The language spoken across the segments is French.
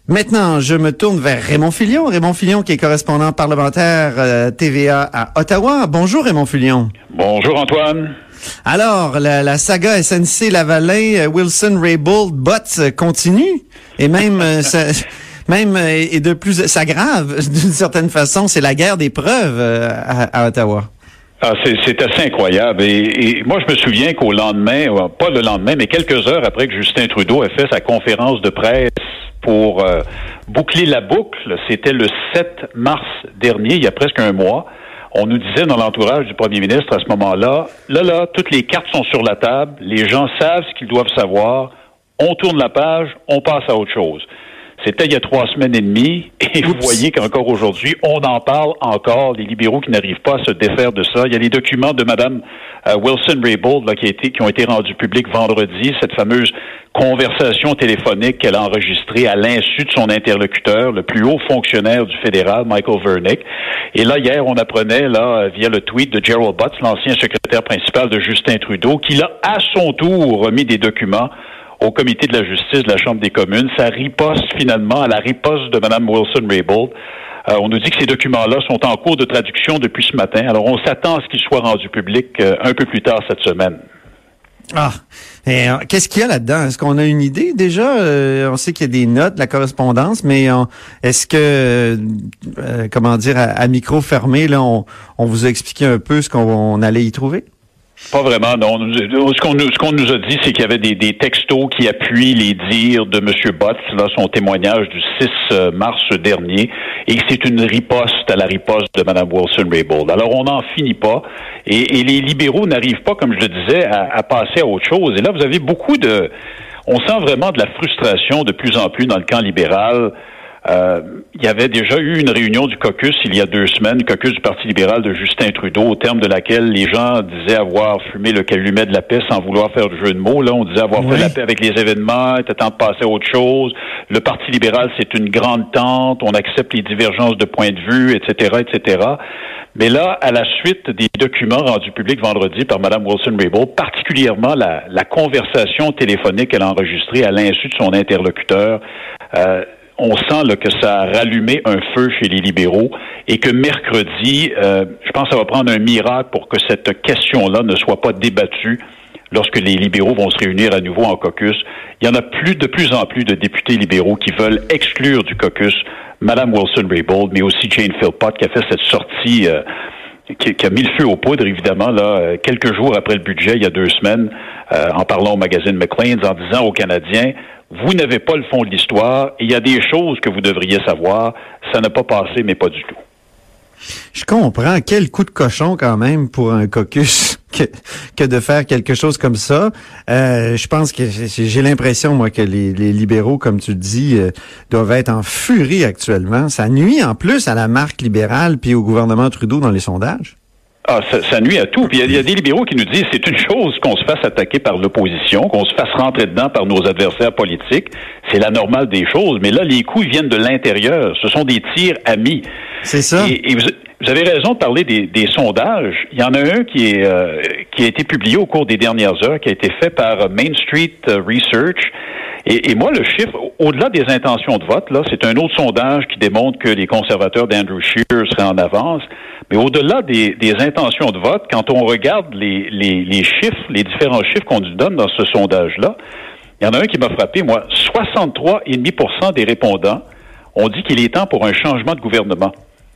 Maintenant, je me tourne vers Raymond Filion. Raymond Filion qui est correspondant parlementaire TVA à Ottawa. Bonjour Raymond Filion. Bonjour Antoine. Alors, la saga SNC-Lavalin, Wilson-Raybould, Botts continue et même et de plus s'aggrave d'une certaine façon. C'est la guerre des preuves à Ottawa. Ah, c'est assez incroyable. Et moi, je me souviens qu'au lendemain, pas le lendemain, mais quelques heures après que Justin Trudeau ait fait sa conférence de presse pour boucler la boucle, c'était le 7 mars dernier, il y a presque un mois. On nous disait dans l'entourage du premier ministre à ce moment-là, là, toutes les cartes sont sur la table, les gens savent ce qu'ils doivent savoir, on tourne la page, on passe à autre chose. C'était il y a 3 semaines et demie, et vous voyez qu'encore aujourd'hui, on en parle encore, les libéraux qui n'arrivent pas à se défaire de ça. Il y a les documents de Mme Wilson-Raybould là, qui ont été rendus publics vendredi, cette fameuse conversation téléphonique qu'elle a enregistrée à l'insu de son interlocuteur, le plus haut fonctionnaire du fédéral, Michael Vernick. Et là, hier, on apprenait, là, via le tweet de Gerald Butts, l'ancien secrétaire principal de Justin Trudeau, qu'il a à son tour remis des documents au comité de la justice de la Chambre des communes. Ça riposte finalement à la riposte de Mme Wilson-Raybould. On nous dit que ces documents-là sont en cours de traduction depuis ce matin. Alors, on s'attend à ce qu'ils soient rendus publics un peu plus tard cette semaine. Ah, et qu'est-ce qu'il y a là-dedans? Est-ce qu'on a une idée déjà? On sait qu'il y a des notes, de la correspondance, mais est-ce que, comment dire, à micro fermé, là, on vous a expliqué un peu ce qu'on allait y trouver? Pas vraiment, non. Ce qu'on nous a dit, c'est qu'il y avait des textos qui appuient les dires de M. Butts, là, son témoignage du 6 mars dernier, et que c'est une riposte à la riposte de Mme Wilson-Raybould. Alors, on n'en finit pas, et les libéraux n'arrivent pas, comme je le disais, à passer à autre chose. Et là, vous avez on sent vraiment de la frustration de plus en plus dans le camp libéral. Il y avait déjà eu une réunion du caucus il y a 2 semaines, le caucus du Parti libéral de Justin Trudeau, au terme de laquelle les gens disaient avoir fumé le calumet de la paix sans vouloir faire de jeu de mots. Là, on disait avoir fait la paix avec les événements, il était temps de passer à autre chose. Le Parti libéral, c'est une grande tente, on accepte les divergences de points de vue, etc., etc. Mais là, à la suite des documents rendus publics vendredi par Mme Wilson-Raybould, particulièrement la conversation téléphonique qu'elle a enregistrée à l'insu de son interlocuteur, on sent là, que ça a rallumé un feu chez les libéraux et que mercredi, je pense que ça va prendre un miracle pour que cette question-là ne soit pas débattue lorsque les libéraux vont se réunir à nouveau en caucus. Il y en a de plus en plus de députés libéraux qui veulent exclure du caucus Mme Wilson-Raybould, mais aussi Jane Philpott qui a fait cette sortie qui a mis le feu aux poudres, évidemment, là, quelques jours après le budget, il y a 2 semaines, en parlant au magazine Maclean's, en disant aux Canadiens, vous n'avez pas le fond de l'histoire, et il y a des choses que vous devriez savoir. Ça n'a pas passé, mais pas du tout. Je comprends. Quel coup de cochon quand même pour un caucus que de faire quelque chose comme ça. Je pense que j'ai l'impression, moi, que les libéraux, comme tu le dis, doivent être en furie actuellement. Ça nuit en plus à la marque libérale puis au gouvernement Trudeau dans les sondages. Ah, ça nuit à tout. Puis il y a des libéraux qui nous disent c'est une chose qu'on se fasse attaquer par l'opposition, qu'on se fasse rentrer dedans par nos adversaires politiques. C'est la normale des choses. Mais là, les coups viennent de l'intérieur. Ce sont des tirs amis. C'est ça. Et vous avez raison de parler des sondages. Il y en a un qui a été publié au cours des dernières heures, qui a été fait par Main Street Research. Et moi, le chiffre, au-delà des intentions de vote, là, c'est un autre sondage qui démontre que les conservateurs d'Andrew Scheer seraient en avance. Mais au-delà des intentions de vote, quand on regarde les chiffres, les différents chiffres qu'on nous donne dans ce sondage-là, il y en a un qui m'a frappé, moi. 63,5% des répondants ont dit qu'il est temps pour un changement de gouvernement.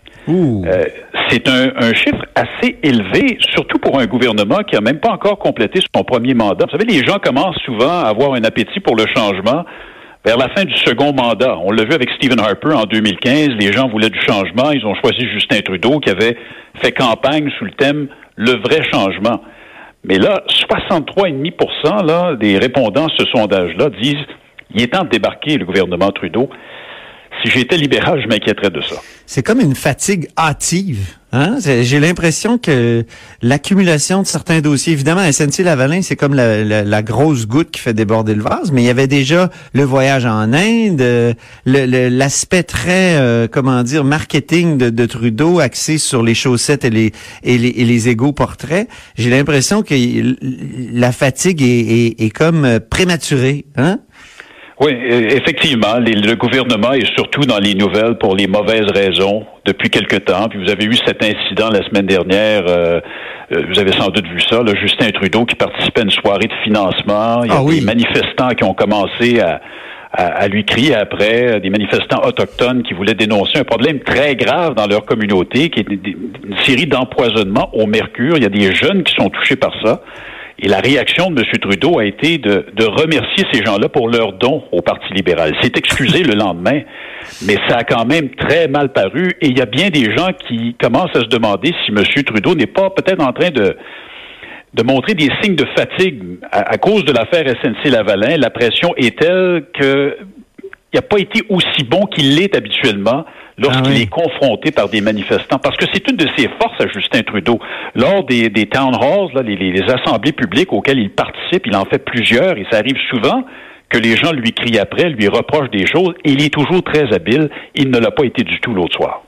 C'est un chiffre assez élevé, surtout pour un gouvernement qui a même pas encore complété son premier mandat. Vous savez, les gens commencent souvent à avoir un appétit pour le changement vers la fin du second mandat. On l'a vu avec Stephen Harper en 2015. Les gens voulaient du changement. Ils ont choisi Justin Trudeau qui avait fait campagne sous le thème « Le vrai changement ». Mais là, 63,5% là, des répondants à ce sondage-là disent « Il est temps de débarquer, le gouvernement Trudeau ». Si j'étais libéral, je m'inquiéterais de ça. C'est comme une fatigue hâtive. Hein? J'ai l'impression que l'accumulation de certains dossiers, évidemment, SNC-Lavalin, c'est comme la grosse goutte qui fait déborder le vase, mais il y avait déjà le voyage en Inde, l'aspect très, marketing de Trudeau, axé sur les chaussettes et les égaux portraits. J'ai l'impression que la fatigue est comme prématurée. Hein? Oui, effectivement, le gouvernement est surtout dans les nouvelles pour les mauvaises raisons depuis quelque temps. Puis vous avez eu cet incident la semaine dernière, vous avez sans doute vu ça, là, Justin Trudeau qui participait à une soirée de financement. Il y a des manifestants qui ont commencé à lui crier après, des manifestants autochtones qui voulaient dénoncer un problème très grave dans leur communauté, qui est une série d'empoisonnements au mercure. Il y a des jeunes qui sont touchés par ça. Et la réaction de M. Trudeau a été de remercier ces gens-là pour leur don au Parti libéral. Il s'est excusé le lendemain, mais ça a quand même très mal paru. Et il y a bien des gens qui commencent à se demander si M. Trudeau n'est pas peut-être en train de montrer des signes de fatigue à cause de l'affaire SNC-Lavalin. La pression est telle que il n'a pas été aussi bon qu'il l'est habituellement lorsqu'il est confronté par des manifestants. Parce que c'est une de ses forces à Justin Trudeau. Lors des town halls, là, les assemblées publiques auxquelles il participe, il en fait plusieurs, et ça arrive souvent que les gens lui crient après, lui reprochent des choses, et il est toujours très habile. Il ne l'a pas été du tout l'autre soir.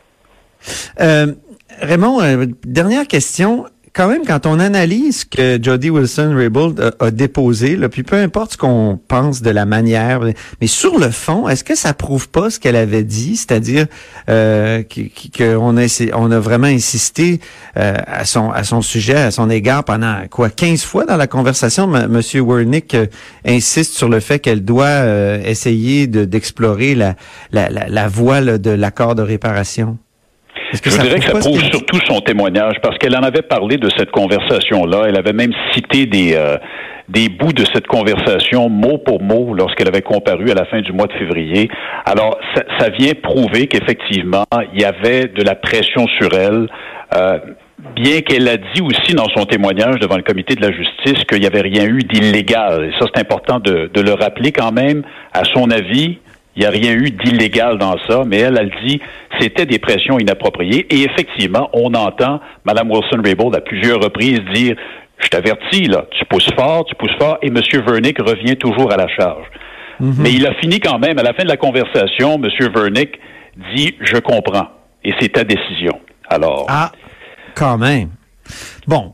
Raymond, dernière question. Quand même, quand on analyse que Jody Wilson-Raybould a déposé, là, puis peu importe ce qu'on pense de la manière, mais sur le fond, est-ce que ça prouve pas ce qu'elle avait dit, c'est-à-dire qu'on a vraiment insisté à son sujet, à son égard pendant 15 fois dans la conversation, Monsieur Wernick insiste sur le fait qu'elle doit essayer d'explorer la voie là, de l'accord de réparation. Je dirais que ça prouve surtout son témoignage, parce qu'elle en avait parlé de cette conversation-là. Elle avait même cité des bouts de cette conversation mot pour mot lorsqu'elle avait comparu à la fin du mois de février. Alors, ça vient prouver qu'effectivement, il y avait de la pression sur elle, bien qu'elle a dit aussi dans son témoignage devant le comité de la justice qu'il n'y avait rien eu d'illégal. Et ça, c'est important de le rappeler quand même. À son avis, il n'y a rien eu d'illégal dans ça, mais elle dit c'était des pressions inappropriées. Et effectivement, on entend Mme Wilson-Raybould à plusieurs reprises dire « Je t'avertis, là, tu pousses fort, et M. Wernick revient toujours à la charge. Mm-hmm. Mais il a fini quand même, à la fin de la conversation, M. Wernick dit « Je comprends, et c'est ta décision. » Alors... Ah, quand même. Bon,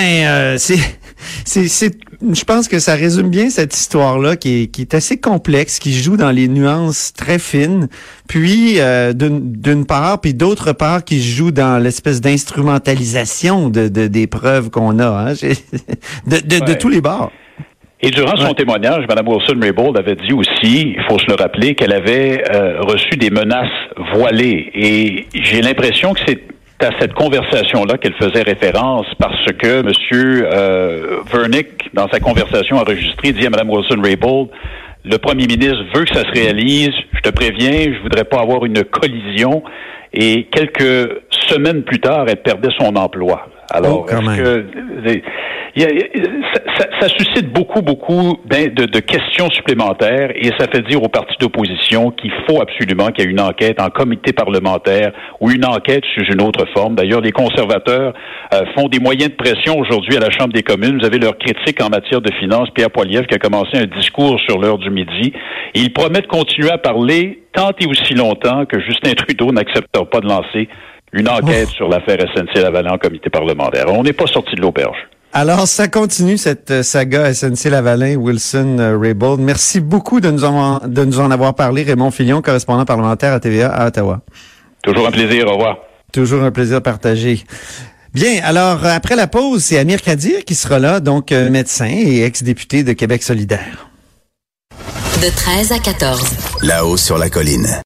je pense que ça résume bien cette histoire-là qui est assez complexe, qui joue dans les nuances très fines, puis d'une part, puis d'autre part, qui joue dans l'espèce d'instrumentalisation des preuves qu'on a, hein, de tous les bords. Et durant son témoignage, Mme Wilson-Raybould avait dit aussi, il faut se le rappeler, qu'elle avait reçu des menaces voilées. Et j'ai l'impression que c'est à cette conversation-là qu'elle faisait référence, parce que M. Wernick, dans sa conversation enregistrée, dit à Mme Wilson-Raybould, le premier ministre veut que ça se réalise, je te préviens, je voudrais pas avoir une collision. Et quelques semaines plus tard, elle perdait son emploi. Alors, ça suscite beaucoup de questions supplémentaires, et ça fait dire aux partis d'opposition qu'il faut absolument qu'il y ait une enquête en comité parlementaire ou une enquête sous une autre forme. D'ailleurs, les conservateurs font des moyens de pression aujourd'hui à la Chambre des communes. Vous avez leur critique en matière de finances, Pierre Poilievre, qui a commencé un discours sur l'heure du midi. Et il promet de continuer à parler tant et aussi longtemps que Justin Trudeau n'acceptera pas de lancer une enquête sur l'affaire SNC-Lavalin en comité parlementaire. On n'est pas sorti de l'auberge. Alors, ça continue, cette saga SNC-Lavalin, Wilson-Raybould. Merci beaucoup de nous en avoir parlé. Raymond Filion, correspondant parlementaire à TVA à Ottawa. Toujours un plaisir. Au revoir. Toujours un plaisir partagé. Bien, alors, après la pause, c'est Amir Kadir qui sera là, donc médecin et ex-député de Québec solidaire. De 13 à 14. Là-haut sur la colline.